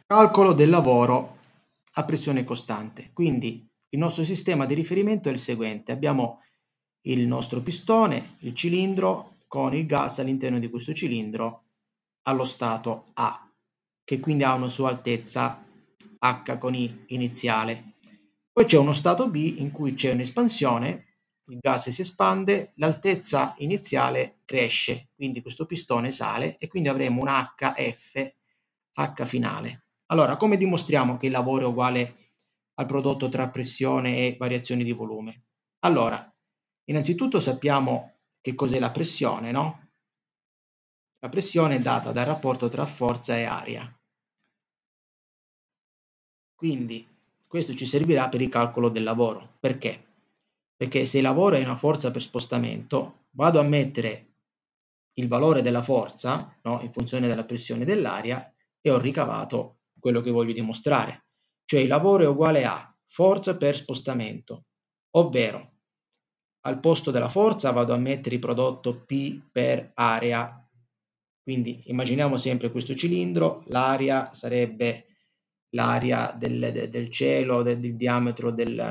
Calcolo del lavoro a pressione costante. Quindi il nostro sistema di riferimento è il seguente. Abbiamo il nostro pistone, il cilindro, con il gas all'interno di questo cilindro allo stato A, che quindi ha una sua altezza H con I iniziale. Poi c'è uno stato B in cui c'è un'espansione, il gas si espande, l'altezza iniziale cresce, quindi questo pistone sale e quindi avremo un HF, H finale. Allora, come dimostriamo che il lavoro è uguale al prodotto tra pressione e variazioni di volume? Allora, innanzitutto sappiamo che cos'è la pressione, no? La pressione è data dal rapporto tra forza e aria. Quindi questo ci servirà per il calcolo del lavoro. Perché? Perché se il lavoro è una forza per spostamento, vado a mettere il valore della forza, no, in funzione della pressione dell'aria e ho ricavato quello che voglio dimostrare. Cioè il lavoro è uguale a forza per spostamento, ovvero al posto della forza vado a mettere il prodotto P per area. Quindi immaginiamo sempre questo cilindro, l'aria sarebbe l'aria del cielo, del diametro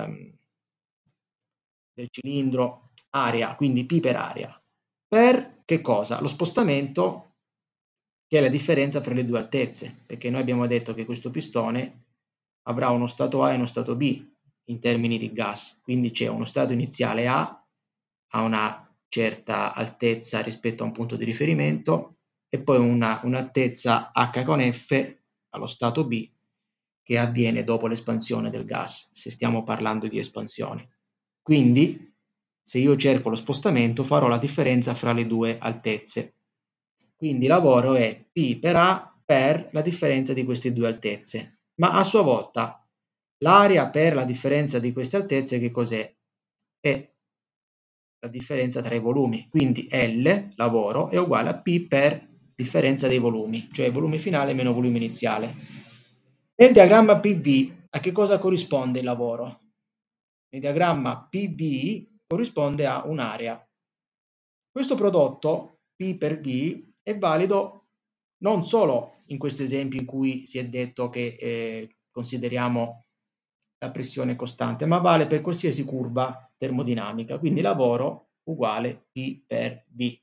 del cilindro, aria, quindi P per aria. Per che cosa? Lo spostamento, che è la differenza tra le due altezze, perché noi abbiamo detto che questo pistone avrà uno stato A e uno stato B in termini di gas, quindi c'è uno stato iniziale A a una certa altezza rispetto a un punto di riferimento e poi un'altezza H con F allo stato B che avviene dopo l'espansione del gas, se stiamo parlando di espansione. Quindi, se io cerco lo spostamento, farò la differenza fra le due altezze. Quindi lavoro è P per A per la differenza di queste due altezze. Ma a sua volta, l'area per la differenza di queste altezze che cos'è? È la differenza tra i volumi. Quindi L, lavoro, è uguale a P per differenza dei volumi, cioè volume finale meno volume iniziale. Nel diagramma PV a che cosa corrisponde il lavoro? Nel diagramma PV corrisponde a un'area. Questo prodotto P per V è valido non solo in questo esempio in cui si è detto che consideriamo la pressione costante, ma vale per qualsiasi curva termodinamica, quindi lavoro uguale P per V.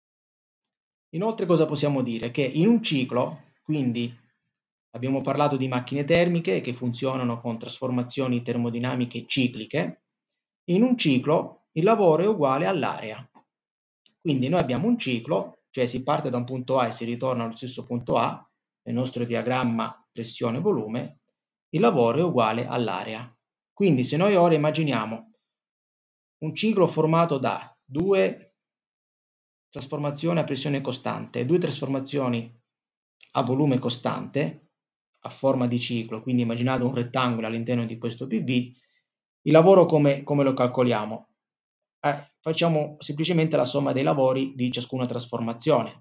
Inoltre cosa possiamo dire? Che in un ciclo, quindi abbiamo parlato di macchine termiche che funzionano con trasformazioni termodinamiche cicliche, in un ciclo il lavoro è uguale all'area. Quindi noi abbiamo un ciclo, cioè si parte da un punto A e si ritorna allo stesso punto A, nel nostro diagramma pressione-volume, il lavoro è uguale all'area. Quindi se noi ora immaginiamo un ciclo formato da due trasformazioni a pressione costante e due trasformazioni a volume costante, a forma di ciclo, quindi immaginate un rettangolo all'interno di questo PV, il lavoro come lo calcoliamo? Facciamo semplicemente la somma dei lavori di ciascuna trasformazione.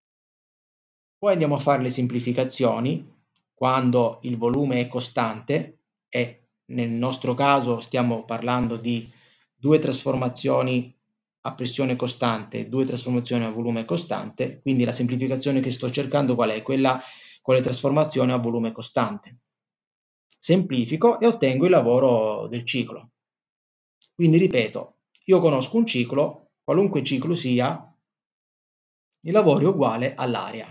Poi andiamo a fare le semplificazioni quando il volume è costante e nel nostro caso stiamo parlando di due trasformazioni a pressione costante e due trasformazioni a volume costante, quindi la semplificazione che sto cercando qual è? Quella con le trasformazioni a volume costante. Semplifico e ottengo il lavoro del ciclo. Quindi ripeto, io conosco un ciclo, qualunque ciclo sia, il lavoro è uguale all'area.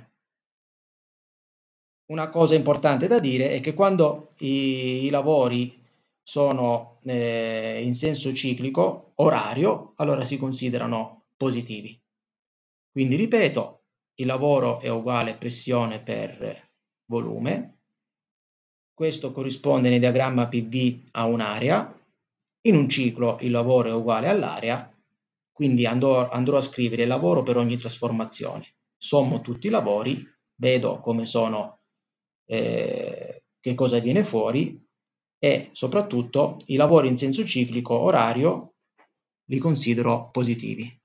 Una cosa importante da dire è che quando i lavori sono in senso ciclico, orario, allora si considerano positivi. Quindi ripeto, il lavoro è uguale pressione per volume, questo corrisponde nel diagramma PV a un'area, in un ciclo il lavoro è uguale all'area, quindi andrò a scrivere il lavoro per ogni trasformazione, sommo tutti i lavori, vedo come sono, che cosa viene fuori e soprattutto i lavori in senso ciclico orario li considero positivi.